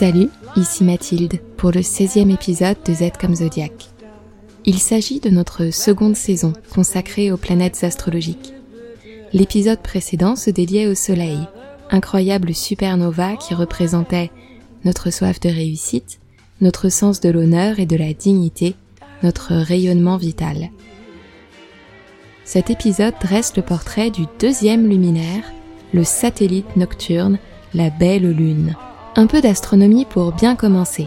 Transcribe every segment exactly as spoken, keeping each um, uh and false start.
Salut, ici Mathilde pour le seizième épisode de Z comme Zodiac. Il s'agit de notre seconde saison consacrée aux planètes astrologiques. L'épisode précédent se dédiait au Soleil, incroyable supernova qui représentait notre soif de réussite, notre sens de l'honneur et de la dignité, notre rayonnement vital. Cet épisode dresse le portrait du deuxième luminaire, le satellite nocturne, la belle lune. Un peu d'astronomie pour bien commencer.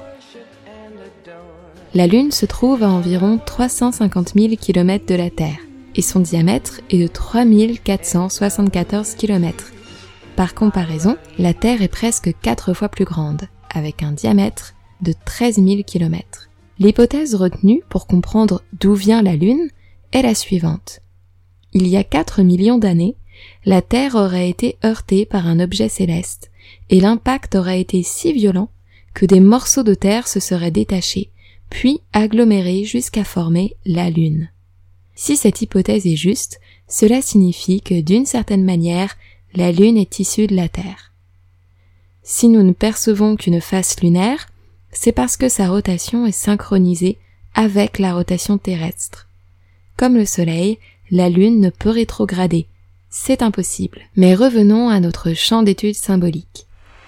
La Lune se trouve à environ trois cent cinquante mille kilomètres de la Terre et son diamètre est de trois mille quatre cent soixante-quatorze kilomètres. Par comparaison, la Terre est presque quatre fois plus grande, avec un diamètre de treize mille kilomètres. L'hypothèse retenue pour comprendre d'où vient la Lune est la suivante. Il y a quatre millions d'années, la Terre aurait été heurtée par un objet céleste et l'impact aurait été si violent que des morceaux de terre se seraient détachés, puis agglomérés jusqu'à former la Lune. Si cette hypothèse est juste, cela signifie que d'une certaine manière, la Lune est issue de la Terre. Si nous ne percevons qu'une face lunaire, c'est parce que sa rotation est synchronisée avec la rotation terrestre. Comme le Soleil, la Lune ne peut rétrograder. C'est impossible. Mais revenons à notre champ d'études symbolique.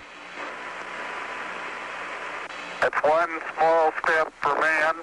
That's one small step for man,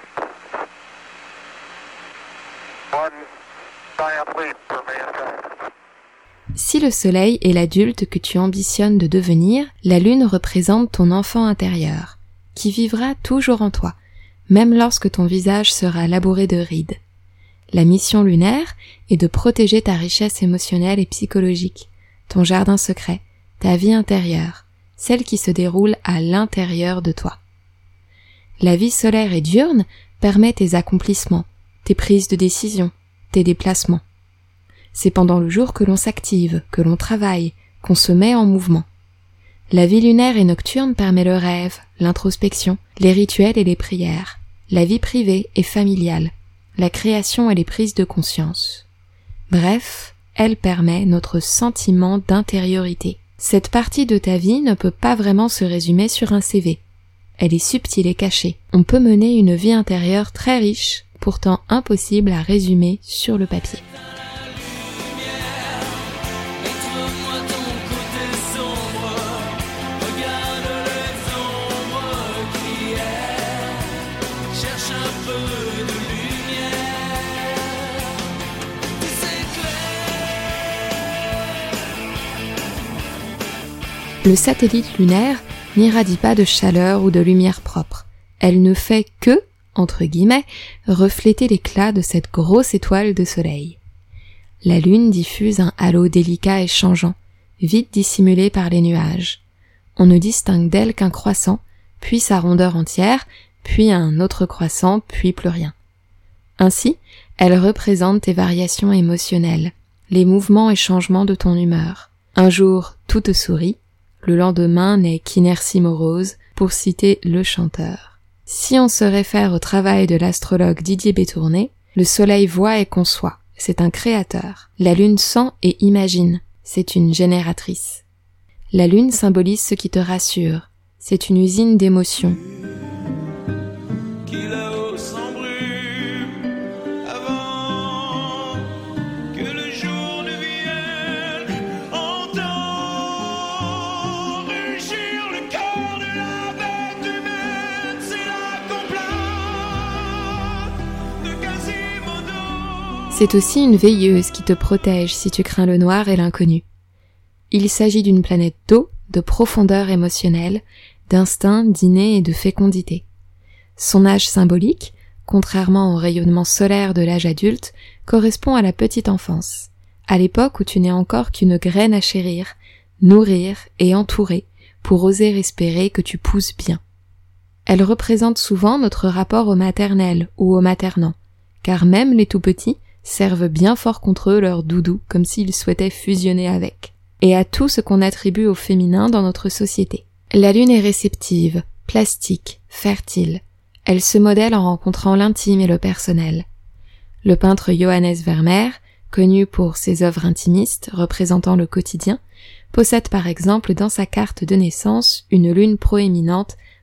one giant leap for mankind. Si le Soleil est l'adulte que tu ambitionnes de devenir, la Lune représente ton enfant intérieur, qui vivra toujours en toi, même lorsque ton visage sera labouré de rides. La mission lunaire est de protéger ta richesse émotionnelle et psychologique, ton jardin secret, ta vie intérieure, celle qui se déroule à l'intérieur de toi. La vie solaire et diurne permet tes accomplissements, tes prises de décision, tes déplacements. C'est pendant le jour que l'on s'active, que l'on travaille, qu'on se met en mouvement. La vie lunaire et nocturne permet le rêve, l'introspection, les rituels et les prières, la vie privée et familiale, la création et les prises de conscience. Bref, elle permet notre sentiment d'intériorité. Cette partie de ta vie ne peut pas vraiment se résumer sur un C V. Elle est subtile et cachée. On peut mener une vie intérieure très riche, pourtant impossible à résumer sur le papier. Le satellite lunaire n'irradie pas de chaleur ou de lumière propre. Elle ne fait que, entre guillemets, refléter l'éclat de cette grosse étoile de soleil. La Lune diffuse un halo délicat et changeant, vite dissimulé par les nuages. On ne distingue d'elle qu'un croissant, puis sa rondeur entière, puis un autre croissant, puis plus rien. Ainsi, elle représente tes variations émotionnelles, les mouvements et changements de ton humeur. Un jour, tout te sourit, le lendemain n'est qu'inertie morose, pour citer le chanteur. Si on se réfère au travail de l'astrologue Didier Bétourné, le soleil voit et conçoit, c'est un créateur. La lune sent et imagine, c'est une génératrice. La lune symbolise ce qui te rassure, c'est une usine d'émotions. C'est aussi une veilleuse qui te protège si tu crains le noir et l'inconnu. Il s'agit d'une planète d'eau, de profondeur émotionnelle, d'instinct, d'inné et de fécondité. Son âge symbolique, contrairement au rayonnement solaire de l'âge adulte, correspond à la petite enfance, à l'époque où tu n'es encore qu'une graine à chérir, nourrir et entourer pour oser espérer que tu pousses bien. Elle représente souvent notre rapport au maternel ou au maternant, car même les tout-petits servent bien fort contre eux leur doudou comme s'ils souhaitaient fusionner avec, et à tout ce qu'on attribue au féminin dans notre société. La lune est réceptive, plastique, fertile. Elle se modèle en rencontrant l'intime et le personnel. Le peintre Johannes Vermeer, connu pour ses œuvres intimistes représentant le quotidien, possède par exemple dans sa carte de naissance une lune proéminente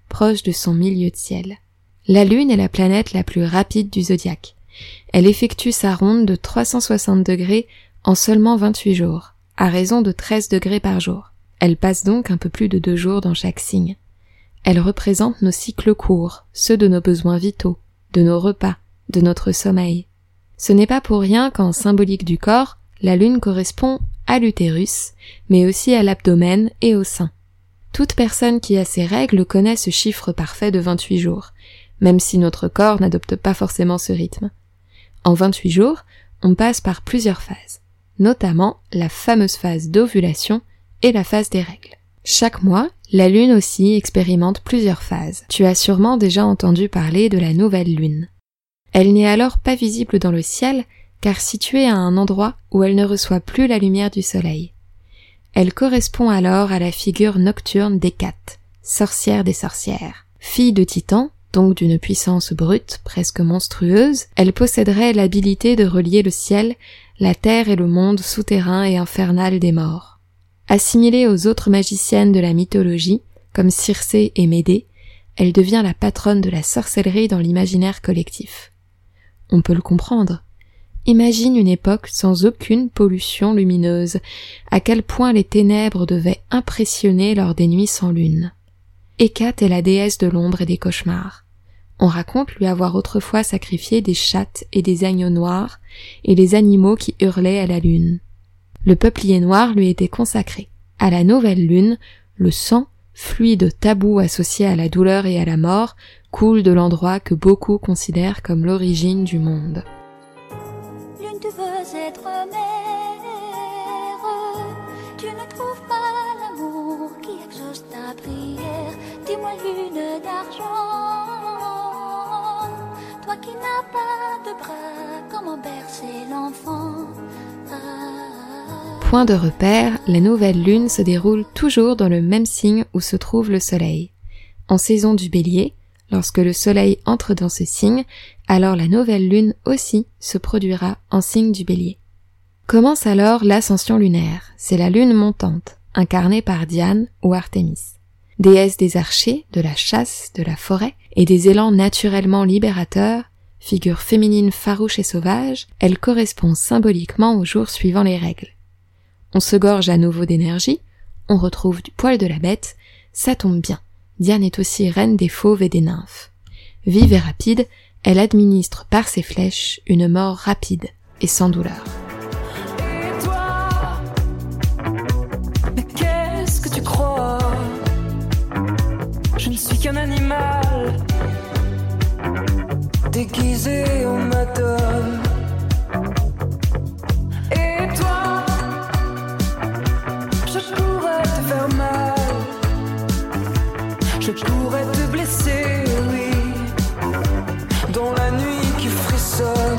proche de son milieu de ciel. La Lune est la planète la plus rapide du zodiaque. Elle effectue sa ronde de trois cent soixante degrés en seulement vingt-huit jours, à raison de treize degrés par jour. Elle passe donc un peu plus de deux jours dans chaque signe. Elle représente nos cycles courts, ceux de nos besoins vitaux, de nos repas, de notre sommeil. Ce n'est pas pour rien qu'en symbolique du corps, la Lune correspond à l'utérus, mais aussi à l'abdomen et au sein. Toute personne qui a ses règles connaît ce chiffre parfait de vingt-huit jours, même si notre corps n'adopte pas forcément ce rythme. En vingt-huit jours, on passe par plusieurs phases, notamment la fameuse phase d'ovulation et la phase des règles. Chaque mois, la Lune aussi expérimente plusieurs phases. Tu as sûrement déjà entendu parler de la nouvelle Lune. Elle n'est alors pas visible dans le ciel, car située à un endroit où elle ne reçoit plus la lumière du soleil. Elle correspond alors à la figure nocturne d'Hécate, sorcière des sorcières. Fille de Titan, donc d'une puissance brute, presque monstrueuse, elle posséderait l'habilité de relier le ciel, la terre et le monde souterrain et infernal des morts. Assimilée aux autres magiciennes de la mythologie, comme Circé et Médée, elle devient la patronne de la sorcellerie dans l'imaginaire collectif. On peut le comprendre. Imagine une époque sans aucune pollution lumineuse, à quel point les ténèbres devaient impressionner lors des nuits sans lune. Hécate est la déesse de l'ombre et des cauchemars. On raconte lui avoir autrefois sacrifié des chattes et des agneaux noirs et les animaux qui hurlaient à la lune. Le peuplier noir lui était consacré. À la nouvelle lune, le sang, fluide tabou associé à la douleur et à la mort, coule de l'endroit que beaucoup considèrent comme l'origine du monde. Lune, tu veux être mère, tu ne trouves pas l'amour qui exauce ta prière. Dis-moi, lune d'argent, toi qui n'as pas de bras, comment bercer l'enfant? Point de repère, la nouvelle lune se déroule toujours dans le même signe où se trouve le soleil. En saison du Bélier, lorsque le soleil entre dans ce signe, alors la nouvelle lune aussi se produira en signe du Bélier. Commence alors l'ascension lunaire, c'est la lune montante, incarnée par Diane ou Artémis. Déesse des archers, de la chasse, de la forêt et des élans naturellement libérateurs, figure féminine farouche et sauvage, elle correspond symboliquement aux jours suivant les règles. On se gorge à nouveau d'énergie, on retrouve du poil de la bête, ça tombe bien, Diane est aussi reine des fauves et des nymphes. Vive et rapide, elle administre par ses flèches une mort rapide et sans douleur. Et toi, mais qu'est-ce que tu crois? Je ne suis qu'un animal, déguisé en madone. Je pourrais te blesser, oui, dans la nuit qui frissonne.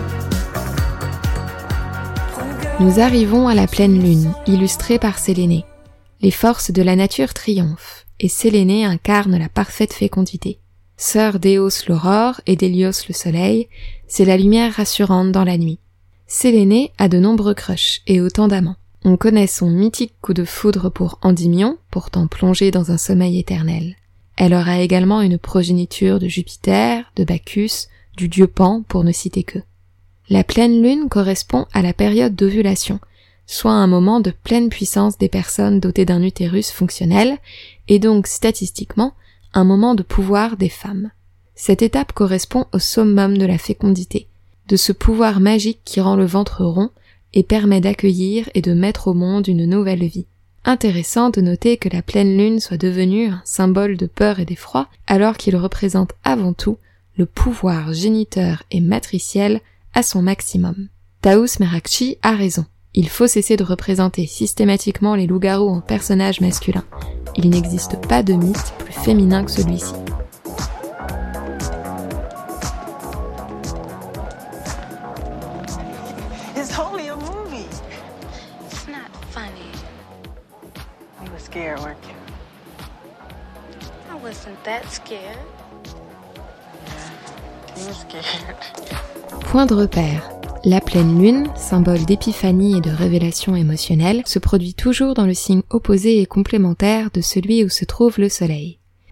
Nous arrivons à la pleine lune, illustrée par Sélénée. Les forces de la nature triomphent, et Sélénée incarne la parfaite fécondité. Sœur d'Éos l'aurore et d'Hélios le soleil, c'est la lumière rassurante dans la nuit. Sélénée a de nombreux crushs et autant d'amants. On connaît son mythique coup de foudre pour Endymion, pourtant plongé dans un sommeil éternel. Elle aura également une progéniture de Jupiter, de Bacchus, du dieu Pan, pour ne citer que. La pleine lune correspond à la période d'ovulation, soit un moment de pleine puissance des personnes dotées d'un utérus fonctionnel, et donc statistiquement, un moment de pouvoir des femmes. Cette étape correspond au summum de la fécondité, de ce pouvoir magique qui rend le ventre rond et permet d'accueillir et de mettre au monde une nouvelle vie. Intéressant de noter que la pleine lune soit devenue un symbole de peur et d'effroi, alors qu'il représente avant tout le pouvoir géniteur et matriciel à son maximum. Taous Merakchi a raison. Il faut cesser de représenter systématiquement les loups-garous en personnages masculins. Il n'existe pas de mythe plus féminin que celui-ci. It's only a movie. It's not funny. You were scared, weren't you? I wasn't that scared. You were scared. Point de repère. La pleine lune, symbole d'épiphanie et de révélation émotionnelle, se produit toujours dans le signe opposé et complémentaire de celui où se trouve le soleil.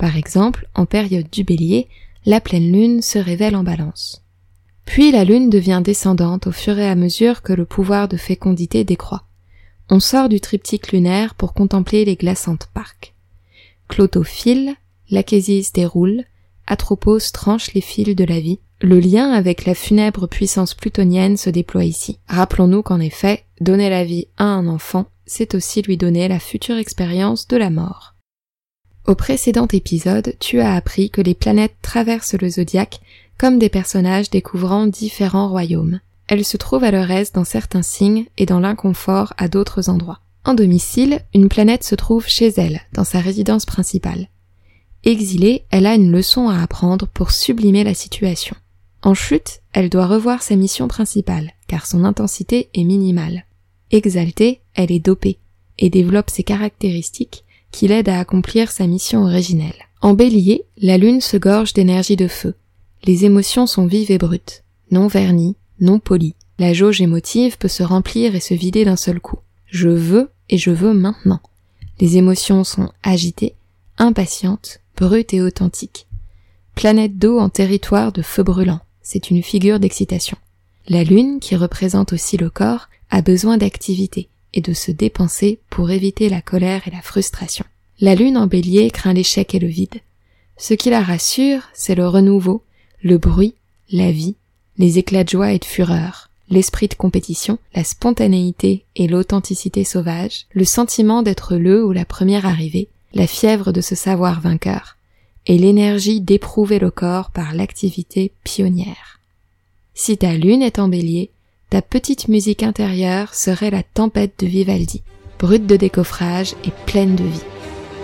Par exemple, en période du Bélier, la pleine lune se révèle en Balance. Puis la lune devient descendante au fur et à mesure que le pouvoir de fécondité décroît. On sort du triptyque lunaire pour contempler les glaçantes Pâques. Clotho file, l'Achésis déroule, Atropos tranche les fils de la vie. Le lien avec la funèbre puissance plutonienne se déploie ici. Rappelons-nous qu'en effet, donner la vie à un enfant, c'est aussi lui donner la future expérience de la mort. Au précédent épisode, tu as appris que les planètes traversent le zodiaque comme des personnages découvrant différents royaumes. Elles se trouvent à leur aise dans certains signes et dans l'inconfort à d'autres endroits. En domicile, une planète se trouve chez elle, dans sa résidence principale. Exilée, elle a une leçon à apprendre pour sublimer la situation. En chute, elle doit revoir sa mission principale, car son intensité est minimale. Exaltée, elle est dopée, et développe ses caractéristiques qui l'aident à accomplir sa mission originelle. En Bélier, la lune se gorge d'énergie de feu. Les émotions sont vives et brutes, non vernies, non polies. La jauge émotive peut se remplir et se vider d'un seul coup. Je veux et je veux maintenant. Les émotions sont agitées, impatientes, brutes et authentiques. Planète d'eau en territoire de feu brûlant, c'est une figure d'excitation. La lune, qui représente aussi le corps, a besoin d'activité et de se dépenser pour éviter la colère et la frustration. La lune en Bélier craint l'échec et le vide. Ce qui la rassure, c'est le renouveau, le bruit, la vie, les éclats de joie et de fureur, l'esprit de compétition, la spontanéité et l'authenticité sauvage, le sentiment d'être le ou la première arrivée, la fièvre de se savoir vainqueur, et l'énergie d'éprouver le corps par l'activité pionnière. Si ta lune est en Bélier, ta petite musique intérieure serait la tempête de Vivaldi, brute de décoffrage et pleine de vie.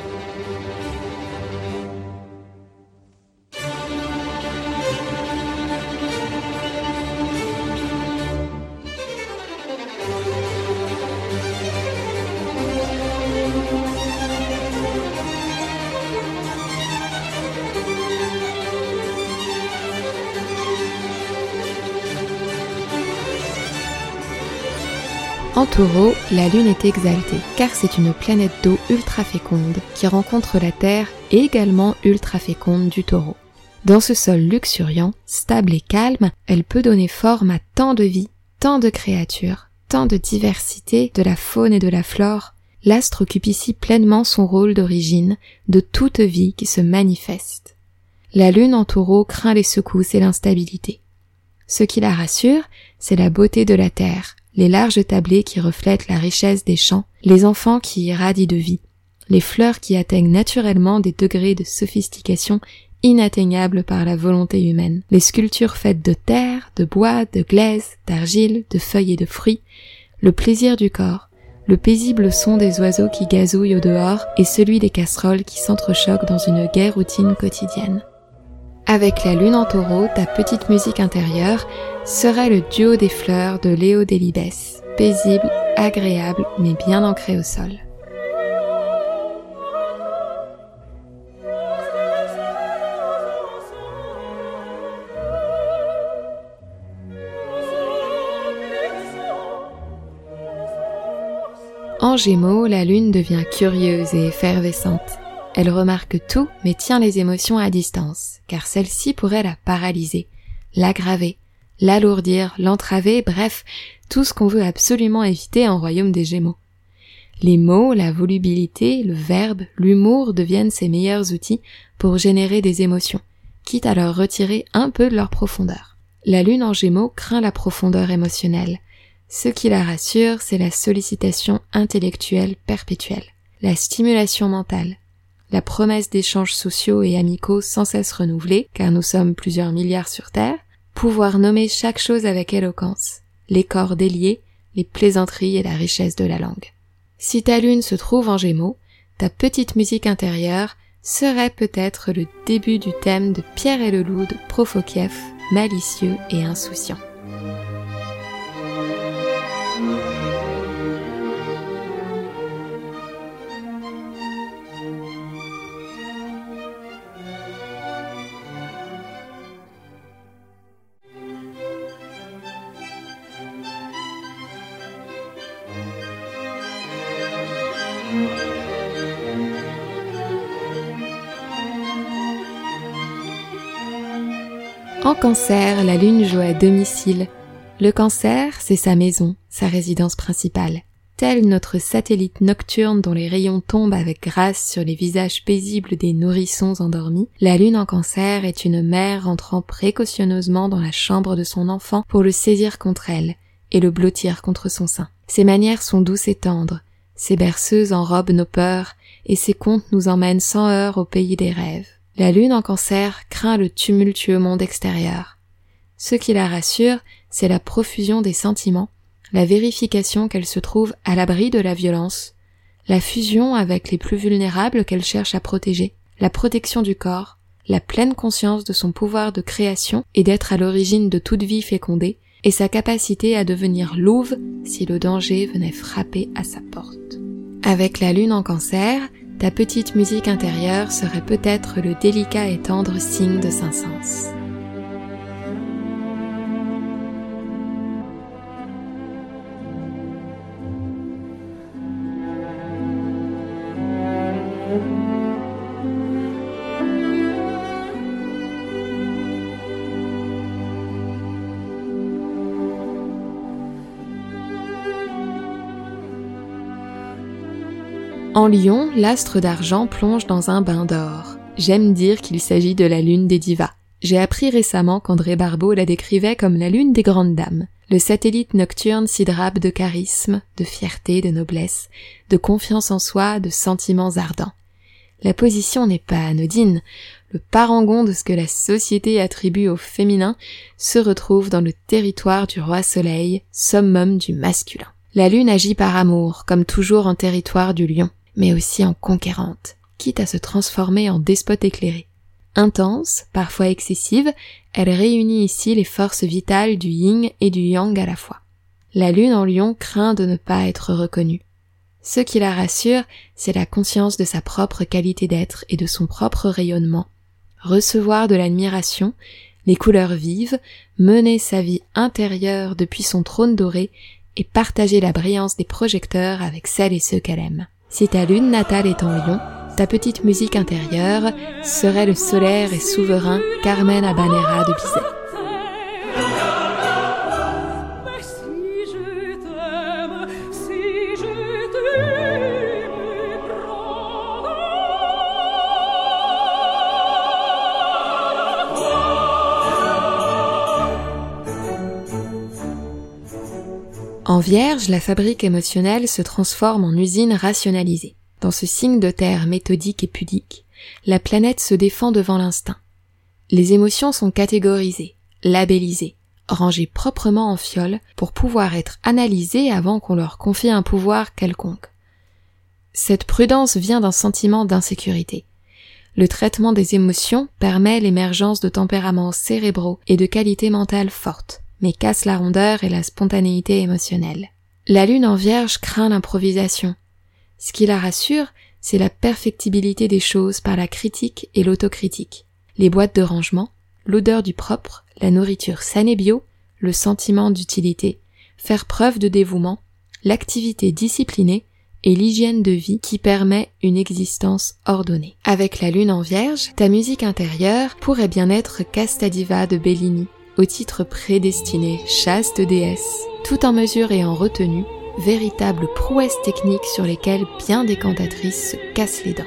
En Taureau, la Lune est exaltée, car c'est une planète d'eau ultra féconde qui rencontre la Terre également ultra féconde du Taureau. Dans ce sol luxuriant, stable et calme, elle peut donner forme à tant de vie, tant de créatures, tant de diversité de la faune et de la flore. L'astre occupe ici pleinement son rôle d'origine de toute vie qui se manifeste. La Lune en Taureau craint les secousses et l'instabilité. Ce qui la rassure, c'est la beauté de la terre, les larges tablés qui reflètent la richesse des champs, les enfants qui irradient de vie, les fleurs qui atteignent naturellement des degrés de sophistication inatteignables par la volonté humaine, les sculptures faites de terre, de bois, de glaise, d'argile, de feuilles et de fruits, le plaisir du corps, le paisible son des oiseaux qui gazouillent au dehors et celui des casseroles qui s'entrechoquent dans une gaie routine quotidienne. Avec la lune en taureau, ta petite musique intérieure serait le duo des fleurs de Léo Delibes, paisible, agréable, mais bien ancré au sol. En Gémeaux, la lune devient curieuse et effervescente. Elle remarque tout, mais tient les émotions à distance, car celle-ci pourrait la paralyser, l'aggraver, l'alourdir, l'entraver, bref, tout ce qu'on veut absolument éviter en royaume des Gémeaux. Les mots, la volubilité, le verbe, l'humour deviennent ses meilleurs outils pour générer des émotions, quitte à leur retirer un peu de leur profondeur. La lune en Gémeaux craint la profondeur émotionnelle. Ce qui la rassure, c'est la sollicitation intellectuelle perpétuelle, la stimulation mentale, la promesse d'échanges sociaux et amicaux sans cesse renouvelés, car nous sommes plusieurs milliards sur Terre, pouvoir nommer chaque chose avec éloquence, les corps déliés, les plaisanteries et la richesse de la langue. Si ta lune se trouve en Gémeaux, ta petite musique intérieure serait peut-être le début du thème de Pierre et le Loup de Prokofiev, malicieux et insouciant. En Cancer, la lune joue à domicile. Le Cancer, c'est sa maison, sa résidence principale. Tel notre satellite nocturne dont les rayons tombent avec grâce sur les visages paisibles des nourrissons endormis, la lune en Cancer est une mère entrant précautionneusement dans la chambre de son enfant pour le saisir contre elle et le blottir contre son sein. Ses manières sont douces et tendres, ses berceuses enrobent nos peurs et ses contes nous emmènent sans heurts au pays des rêves. La lune en Cancer craint le tumultueux monde extérieur. Ce qui la rassure, c'est la profusion des sentiments, la vérification qu'elle se trouve à l'abri de la violence, la fusion avec les plus vulnérables qu'elle cherche à protéger, la protection du corps, la pleine conscience de son pouvoir de création et d'être à l'origine de toute vie fécondée, et sa capacité à devenir louve si le danger venait frapper à sa porte. Avec la lune en Cancer, ta petite musique intérieure serait peut-être le délicat et tendre signe de Saint-Saëns. En Lion, l'astre d'argent plonge dans un bain d'or. J'aime dire qu'il s'agit de la lune des divas. J'ai appris récemment qu'André Barbeau la décrivait comme la lune des grandes dames. Le satellite nocturne s'y drape de charisme, de fierté, de noblesse, de confiance en soi, de sentiments ardents. La position n'est pas anodine. Le parangon de ce que la société attribue au féminin se retrouve dans le territoire du roi soleil, summum du masculin. La lune agit par amour, comme toujours en territoire du lion, mais aussi en conquérante, quitte à se transformer en despote éclairé. Intense, parfois excessive, elle réunit ici les forces vitales du yin et du yang à la fois. La lune en lion craint de ne pas être reconnue. Ce qui la rassure, c'est la conscience de sa propre qualité d'être et de son propre rayonnement. Recevoir de l'admiration, les couleurs vives, mener sa vie intérieure depuis son trône doré et partager la brillance des projecteurs avec celles et ceux qu'elle aime. Si ta lune natale est en lion, ta petite musique intérieure serait le solaire et souverain Carmen Habanera de Bizet. En Vierge, la fabrique émotionnelle se transforme en usine rationalisée. Dans ce signe de terre méthodique et pudique, la planète se défend devant l'instinct. Les émotions sont catégorisées, labellisées, rangées proprement en fioles pour pouvoir être analysées avant qu'on leur confie un pouvoir quelconque. Cette prudence vient d'un sentiment d'insécurité. Le traitement des émotions permet l'émergence de tempéraments cérébraux et de qualités mentales fortes, mais casse la rondeur et la spontanéité émotionnelle. La lune en Vierge craint l'improvisation. Ce qui la rassure, c'est la perfectibilité des choses par la critique et l'autocritique. Les boîtes de rangement, l'odeur du propre, la nourriture saine et bio, le sentiment d'utilité, faire preuve de dévouement, l'activité disciplinée et l'hygiène de vie qui permet une existence ordonnée. Avec la lune en Vierge, ta musique intérieure pourrait bien être Casta Diva de Bellini, au titre prédestiné chaste déesse, tout en mesure et en retenue, véritable prouesse technique sur lesquelles bien des cantatrices se cassent les dents.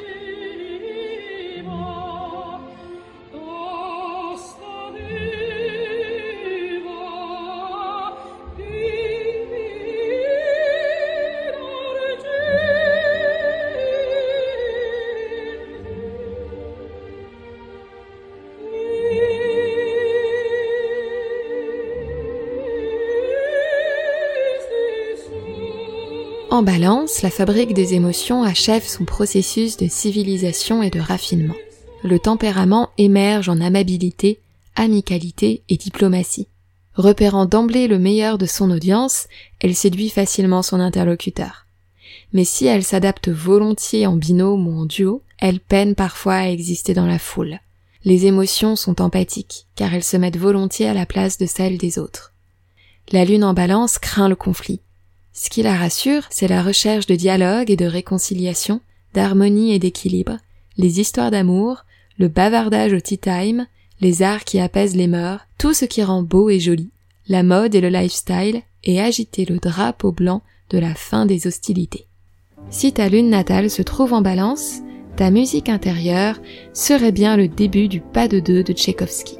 En Balance, la fabrique des émotions achève son processus de civilisation et de raffinement. Le tempérament émerge en amabilité, amicalité et diplomatie. Repérant d'emblée le meilleur de son audience, elle séduit facilement son interlocuteur. Mais si elle s'adapte volontiers en binôme ou en duo, elle peine parfois à exister dans la foule. Les émotions sont empathiques, car elles se mettent volontiers à la place de celles des autres. La lune en Balance craint le conflit. Ce qui la rassure, c'est la recherche de dialogue et de réconciliation, d'harmonie et d'équilibre, les histoires d'amour, le bavardage au tea time, les arts qui apaisent les mœurs, tout ce qui rend beau et joli, la mode et le lifestyle, et agiter le drapeau blanc de la fin des hostilités. Si ta lune natale se trouve en Balance, ta musique intérieure serait bien le début du pas de deux de Tchaïkovski.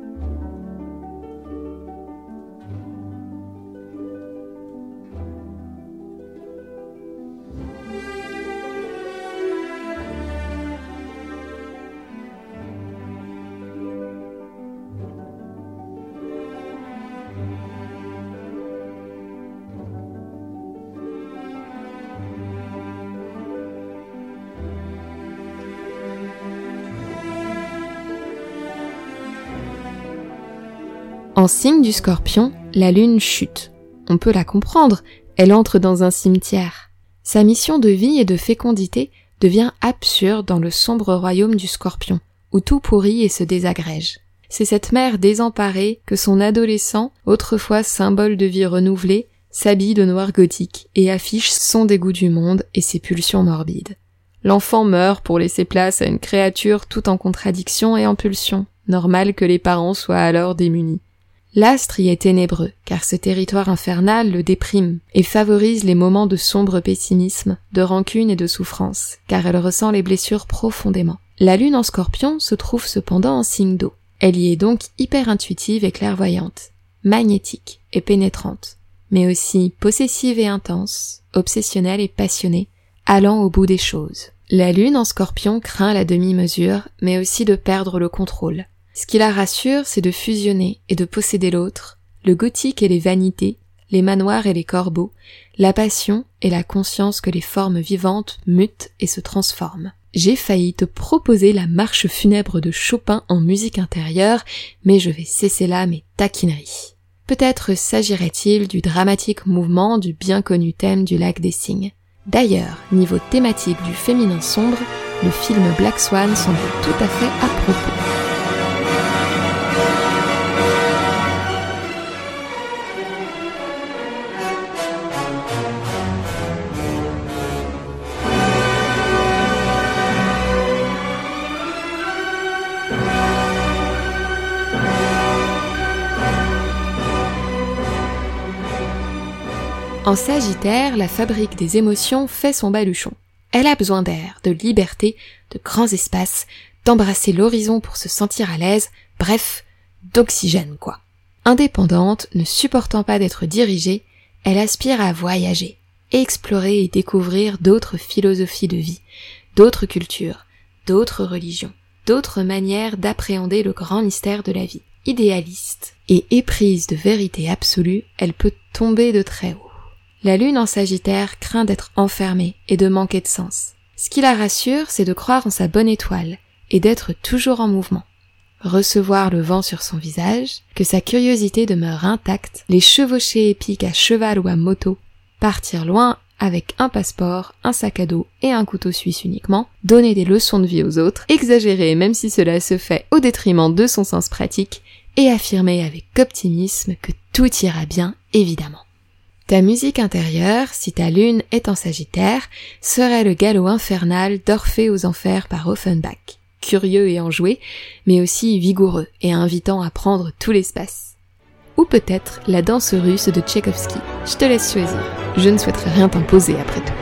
En signe du Scorpion, la lune chute. On peut la comprendre, elle entre dans un cimetière. Sa mission de vie et de fécondité devient absurde dans le sombre royaume du Scorpion, où tout pourrit et se désagrège. C'est cette mère désemparée que son adolescent, autrefois symbole de vie renouvelée, s'habille de noir gothique et affiche son dégoût du monde et ses pulsions morbides. L'enfant meurt pour laisser place à une créature tout en contradiction et en pulsion. Normal que les parents soient alors démunis. L'astre y est ténébreux, car ce territoire infernal le déprime et favorise les moments de sombre pessimisme, de rancune et de souffrance, car elle ressent les blessures profondément. La lune en Scorpion se trouve cependant en signe d'eau. Elle y est donc hyper intuitive et clairvoyante, magnétique et pénétrante, mais aussi possessive et intense, obsessionnelle et passionnée, allant au bout des choses. La lune en Scorpion craint la demi-mesure, mais aussi de perdre le contrôle. Ce qui la rassure, c'est de fusionner et de posséder l'autre, le gothique et les vanités, les manoirs et les corbeaux, la passion et la conscience que les formes vivantes mutent et se transforment. J'ai failli te proposer la marche funèbre de Chopin en musique intérieure, mais je vais cesser là mes taquineries. Peut-être s'agirait-il du dramatique mouvement du bien connu thème du lac des cygnes. D'ailleurs, niveau thématique du féminin sombre, le film Black Swan semble tout à fait à propos. En Sagittaire, la fabrique des émotions fait son baluchon. Elle a besoin d'air, de liberté, de grands espaces, d'embrasser l'horizon pour se sentir à l'aise, bref, d'oxygène quoi. Indépendante, ne supportant pas d'être dirigée, elle aspire à voyager, explorer et découvrir d'autres philosophies de vie, d'autres cultures, d'autres religions, d'autres manières d'appréhender le grand mystère de la vie. Idéaliste et éprise de vérité absolue, elle peut tomber de très haut. La lune en Sagittaire craint d'être enfermée et de manquer de sens. Ce qui la rassure, c'est de croire en sa bonne étoile et d'être toujours en mouvement. Recevoir le vent sur son visage, que sa curiosité demeure intacte, les chevauchées épiques à cheval ou à moto, partir loin avec un passeport, un sac à dos et un couteau suisse uniquement, donner des leçons de vie aux autres, exagérer même si cela se fait au détriment de son sens pratique, et affirmer avec optimisme que tout ira bien, évidemment. Ta musique intérieure, si ta lune est en Sagittaire, serait le galop infernal d'Orphée aux enfers par Offenbach, curieux et enjoué, mais aussi vigoureux et invitant à prendre tout l'espace. Ou peut-être la danse russe de Tchaïkovski. Je te laisse choisir. Je ne souhaiterais rien t'imposer après tout.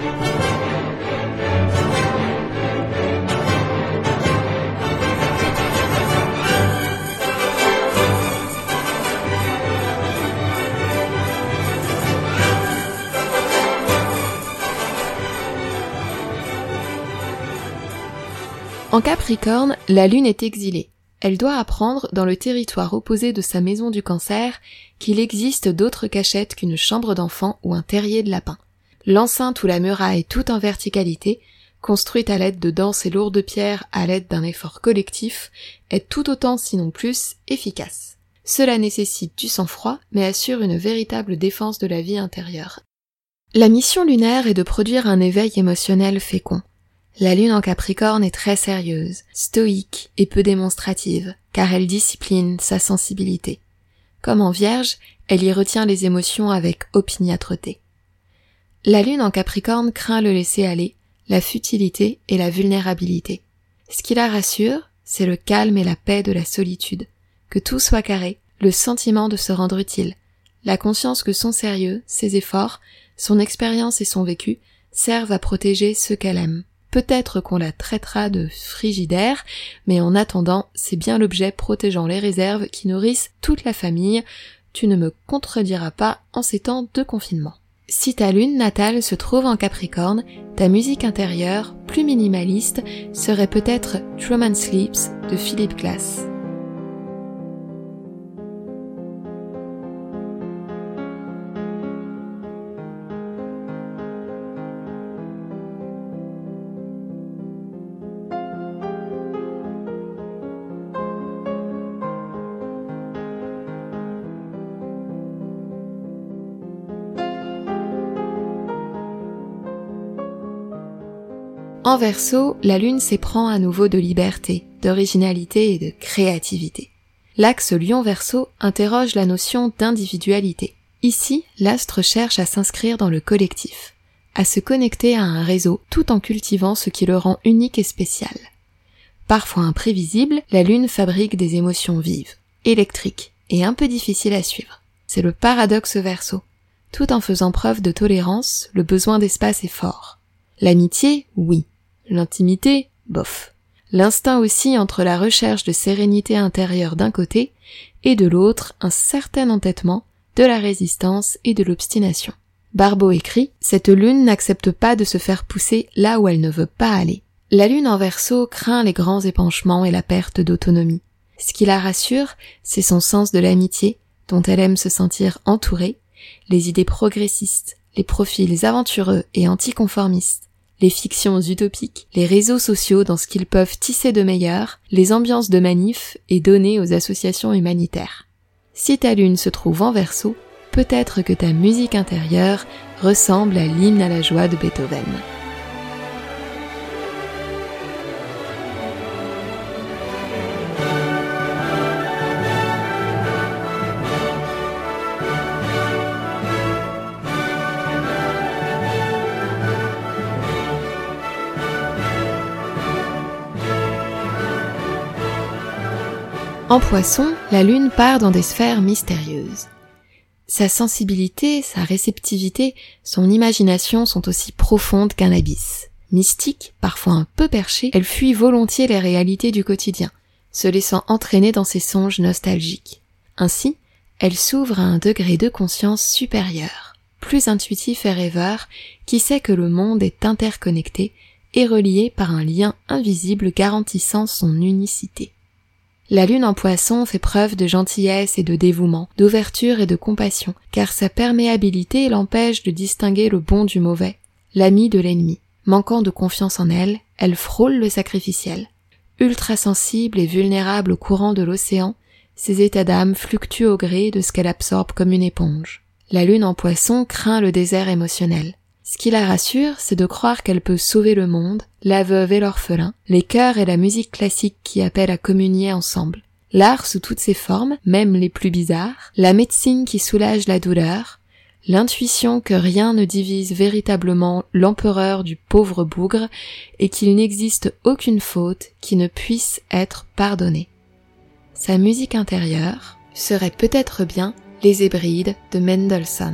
En Capricorne, la lune est exilée. Elle doit apprendre, dans le territoire opposé de sa maison du Cancer, qu'il existe d'autres cachettes qu'une chambre d'enfant ou un terrier de lapin. L'enceinte ou la muraille toute en verticalité, construite à l'aide de denses et lourdes pierres à l'aide d'un effort collectif, est tout autant sinon plus efficace. Cela nécessite du sang-froid, mais assure une véritable défense de la vie intérieure. La mission lunaire est de produire un éveil émotionnel fécond. La lune en Capricorne est très sérieuse, stoïque et peu démonstrative, car elle discipline sa sensibilité. Comme en Vierge, elle y retient les émotions avec opiniâtreté. La lune en Capricorne craint le laisser-aller, la futilité et la vulnérabilité. Ce qui la rassure, c'est le calme et la paix de la solitude. Que tout soit carré, le sentiment de se rendre utile, la conscience que son sérieux, ses efforts, son expérience et son vécu servent à protéger ceux qu'elle aime. Peut-être qu'on la traitera de frigidaire, mais en attendant, c'est bien l'objet protégeant les réserves qui nourrissent toute la famille. Tu ne me contrediras pas en ces temps de confinement. Si ta lune natale se trouve en Capricorne, ta musique intérieure, plus minimaliste, serait peut-être Truman Sleeps de Philip Glass. En Verseau, la lune s'éprend à nouveau de liberté, d'originalité et de créativité. L'axe Lion-Verseau interroge la notion d'individualité. Ici, l'astre cherche à s'inscrire dans le collectif, à se connecter à un réseau tout en cultivant ce qui le rend unique et spécial. Parfois imprévisible, la lune fabrique des émotions vives, électriques et un peu difficiles à suivre. C'est le paradoxe Verseau. Tout en faisant preuve de tolérance, le besoin d'espace est fort. L'amitié, oui. L'intimité, bof. L'instinct aussi entre la recherche de sérénité intérieure d'un côté et de l'autre un certain entêtement, de la résistance et de l'obstination. Barbeau écrit « Cette lune n'accepte pas de se faire pousser là où elle ne veut pas aller. La lune en Verseau craint les grands épanchements et la perte d'autonomie. Ce qui la rassure, c'est son sens de l'amitié, dont elle aime se sentir entourée, les idées progressistes, les profils aventureux et anticonformistes, les fictions utopiques, les réseaux sociaux dans ce qu'ils peuvent tisser de meilleur, les ambiances de manifs et donner aux associations humanitaires. Si ta lune se trouve en Verseau, peut-être que ta musique intérieure ressemble à l'hymne à la joie de Beethoven. En Poisson, la lune part dans des sphères mystérieuses. Sa sensibilité, sa réceptivité, son imagination sont aussi profondes qu'un abysse. Mystique, parfois un peu perchée, elle fuit volontiers les réalités du quotidien, se laissant entraîner dans ses songes nostalgiques. Ainsi, elle s'ouvre à un degré de conscience supérieur, plus intuitif et rêveur, qui sait que le monde est interconnecté et relié par un lien invisible garantissant son unicité. La lune en Poisson fait preuve de gentillesse et de dévouement, d'ouverture et de compassion, car sa perméabilité l'empêche de distinguer le bon du mauvais, l'ami de l'ennemi. Manquant de confiance en elle, elle frôle le sacrificiel. Ultra sensible et vulnérable au courant de l'océan, ses états d'âme fluctuent au gré de ce qu'elle absorbe comme une éponge. La lune en Poisson craint le désert émotionnel. Ce qui la rassure, c'est de croire qu'elle peut sauver le monde, la veuve et l'orphelin, les chœurs et la musique classique qui appellent à communier ensemble, l'art sous toutes ses formes, même les plus bizarres, la médecine qui soulage la douleur, l'intuition que rien ne divise véritablement l'empereur du pauvre bougre et qu'il n'existe aucune faute qui ne puisse être pardonnée. Sa musique intérieure serait peut-être bien les Hébrides de Mendelssohn.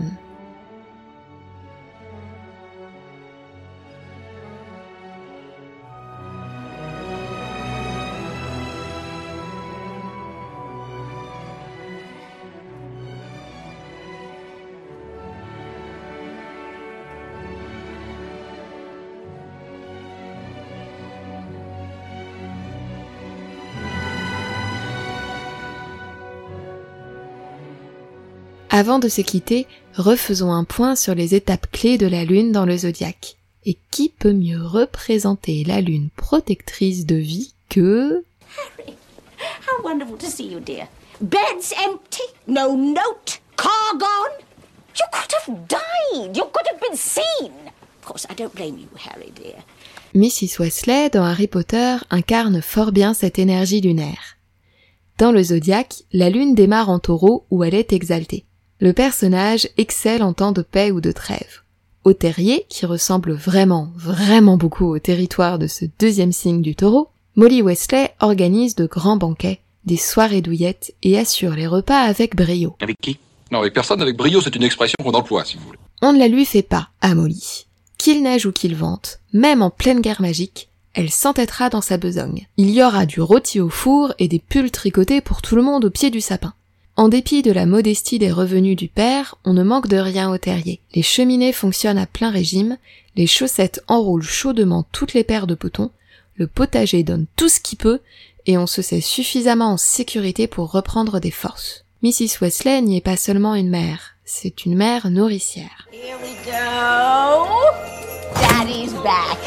Avant de se quitter, refaisons un point sur les étapes clés de la lune dans le zodiaque. Et qui peut mieux représenter la lune protectrice de vie que... Harry, how wonderful to see you, dear. Bed's empty, no note, car gone. You could have died, you could have been seen. Of course, I don't blame you, Harry, dear. Missus Weasley, dans Harry Potter, incarne fort bien cette énergie lunaire. Dans le zodiaque, la lune démarre en taureau où elle est exaltée. Le personnage excelle en temps de paix ou de trêve. Au terrier, qui ressemble vraiment, vraiment beaucoup au territoire de ce deuxième signe du taureau, Molly Weasley organise de grands banquets, des soirées douillettes et assure les repas avec brio. Avec qui ? Non, avec personne, avec brio, c'est une expression qu'on emploie, si vous voulez. On ne la lui fait pas, à Molly. Qu'il neige ou qu'il vente, même en pleine guerre magique, elle s'entêtera dans sa besogne. Il y aura du rôti au four et des pulls tricotés pour tout le monde au pied du sapin. En dépit de la modestie des revenus du père, on ne manque de rien au terrier. Les cheminées fonctionnent à plein régime, les chaussettes enroulent chaudement toutes les paires de potons, le potager donne tout ce qu'il peut, et on se sait suffisamment en sécurité pour reprendre des forces. missus Wesley n'y est pas seulement une mère, c'est une mère nourricière. Here we go. Daddy's back.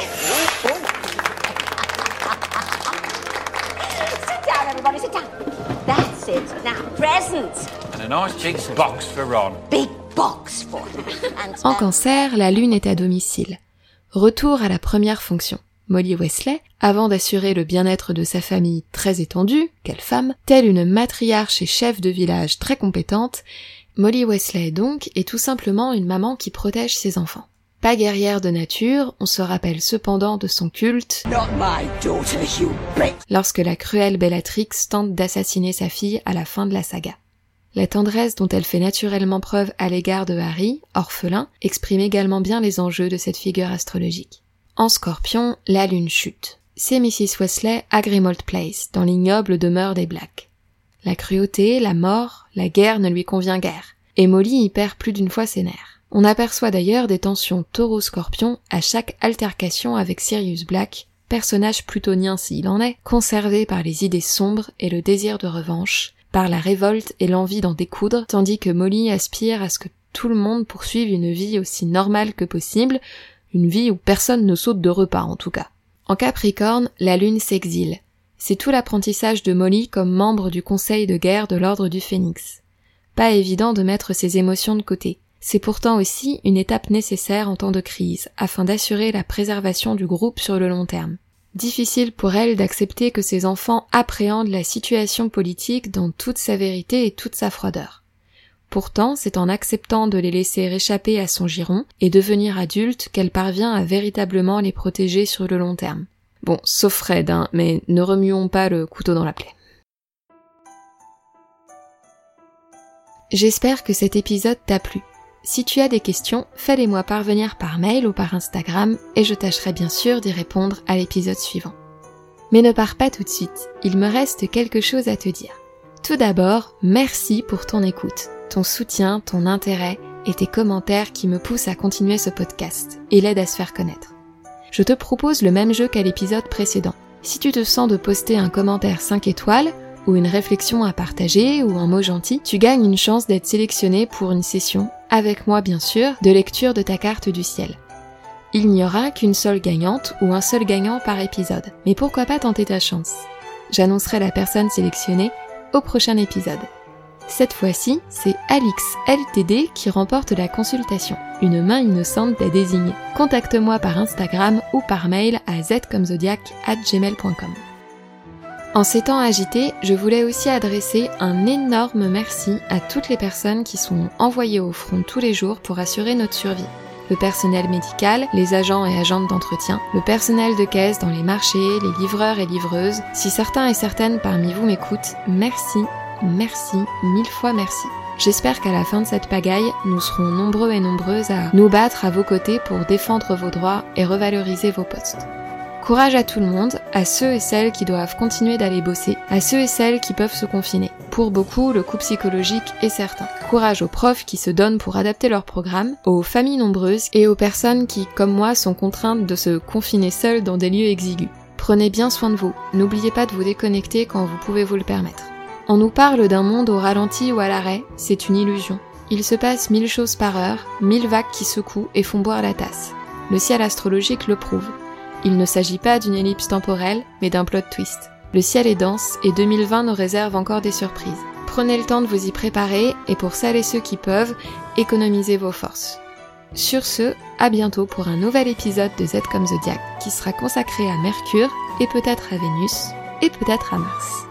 Sit down, everybody, sit down. That's it. Now, presents. And a nice big box for Ron. Big box for her. And, En Cancer, la lune est à domicile. Retour à la première fonction. Molly Wesley, avant d'assurer le bien-être de sa famille très étendue, quelle femme, telle une matriarche et chef de village très compétente, Molly Wesley donc est tout simplement une maman qui protège ses enfants. Pas guerrière de nature, on se rappelle cependant de son culte Not my daughter, you bitch. lorsque la cruelle Bellatrix tente d'assassiner sa fille à la fin de la saga. La tendresse dont elle fait naturellement preuve à l'égard de Harry, orphelin, exprime également bien les enjeux de cette figure astrologique. En Scorpion, la lune chute. C'est missus Wesley à Grimmauld Place, dans l'ignoble demeure des Blacks. La cruauté, la mort, la guerre ne lui convient guère, et Molly y perd plus d'une fois ses nerfs. On aperçoit d'ailleurs des tensions taureau-scorpion à chaque altercation avec Sirius Black, personnage plutonien s'il en est, conservé par les idées sombres et le désir de revanche, par la révolte et l'envie d'en découdre, tandis que Molly aspire à ce que tout le monde poursuive une vie aussi normale que possible, une vie où personne ne saute de repas en tout cas. En Capricorne, la lune s'exile. C'est tout l'apprentissage de Molly comme membre du conseil de guerre de l'ordre du Phénix. Pas évident de mettre ses émotions de côté. C'est pourtant aussi une étape nécessaire en temps de crise, afin d'assurer la préservation du groupe sur le long terme. Difficile pour elle d'accepter que ses enfants appréhendent la situation politique dans toute sa vérité et toute sa froideur. Pourtant, c'est en acceptant de les laisser échapper à son giron et devenir adulte qu'elle parvient à véritablement les protéger sur le long terme. Bon, sauf Fred, hein, mais ne remuons pas le couteau dans la plaie. J'espère que cet épisode t'a plu. Si tu as des questions, fais-les-moi parvenir par mail ou par Instagram et je tâcherai bien sûr d'y répondre à l'épisode suivant. Mais ne pars pas tout de suite, il me reste quelque chose à te dire. Tout d'abord, merci pour ton écoute, ton soutien, ton intérêt et tes commentaires qui me poussent à continuer ce podcast et l'aident à se faire connaître. Je te propose le même jeu qu'à l'épisode précédent. Si tu te sens de poster un commentaire cinq étoiles, ou une réflexion à partager, ou un mot gentil, tu gagnes une chance d'être sélectionné pour une session, avec moi bien sûr, de lecture de ta carte du ciel. Il n'y aura qu'une seule gagnante ou un seul gagnant par épisode, mais pourquoi pas tenter ta chance ? J'annoncerai la personne sélectionnée au prochain épisode. Cette fois-ci, c'est Alix L T D qui remporte la consultation. Une main innocente t'a désigné. Contacte-moi par Instagram ou par mail à z comme zodiac arobase gmail point com. En ces temps agités, je voulais aussi adresser un énorme merci à toutes les personnes qui sont envoyées au front tous les jours pour assurer notre survie. Le personnel médical, les agents et agentes d'entretien, le personnel de caisse dans les marchés, les livreurs et livreuses. Si certains et certaines parmi vous m'écoutent, merci, merci, mille fois merci. J'espère qu'à la fin de cette pagaille, nous serons nombreux et nombreuses à nous battre à vos côtés pour défendre vos droits et revaloriser vos postes. Courage à tout le monde, à ceux et celles qui doivent continuer d'aller bosser, à ceux et celles qui peuvent se confiner. Pour beaucoup, le coup psychologique est certain. Courage aux profs qui se donnent pour adapter leur programme, aux familles nombreuses et aux personnes qui, comme moi, sont contraintes de se confiner seules dans des lieux exigus. Prenez bien soin de vous, n'oubliez pas de vous déconnecter quand vous pouvez vous le permettre. On nous parle d'un monde au ralenti ou à l'arrêt, c'est une illusion. Il se passe mille choses par heure, mille vagues qui secouent et font boire la tasse. Le ciel astrologique le prouve. Il ne s'agit pas d'une ellipse temporelle, mais d'un plot twist. Le ciel est dense et deux mille vingt nous réserve encore des surprises. Prenez le temps de vous y préparer et pour celles et ceux qui peuvent, économisez vos forces. Sur ce, à bientôt pour un nouvel épisode de Z comme Zodiac qui sera consacré à Mercure et peut-être à Vénus et peut-être à Mars.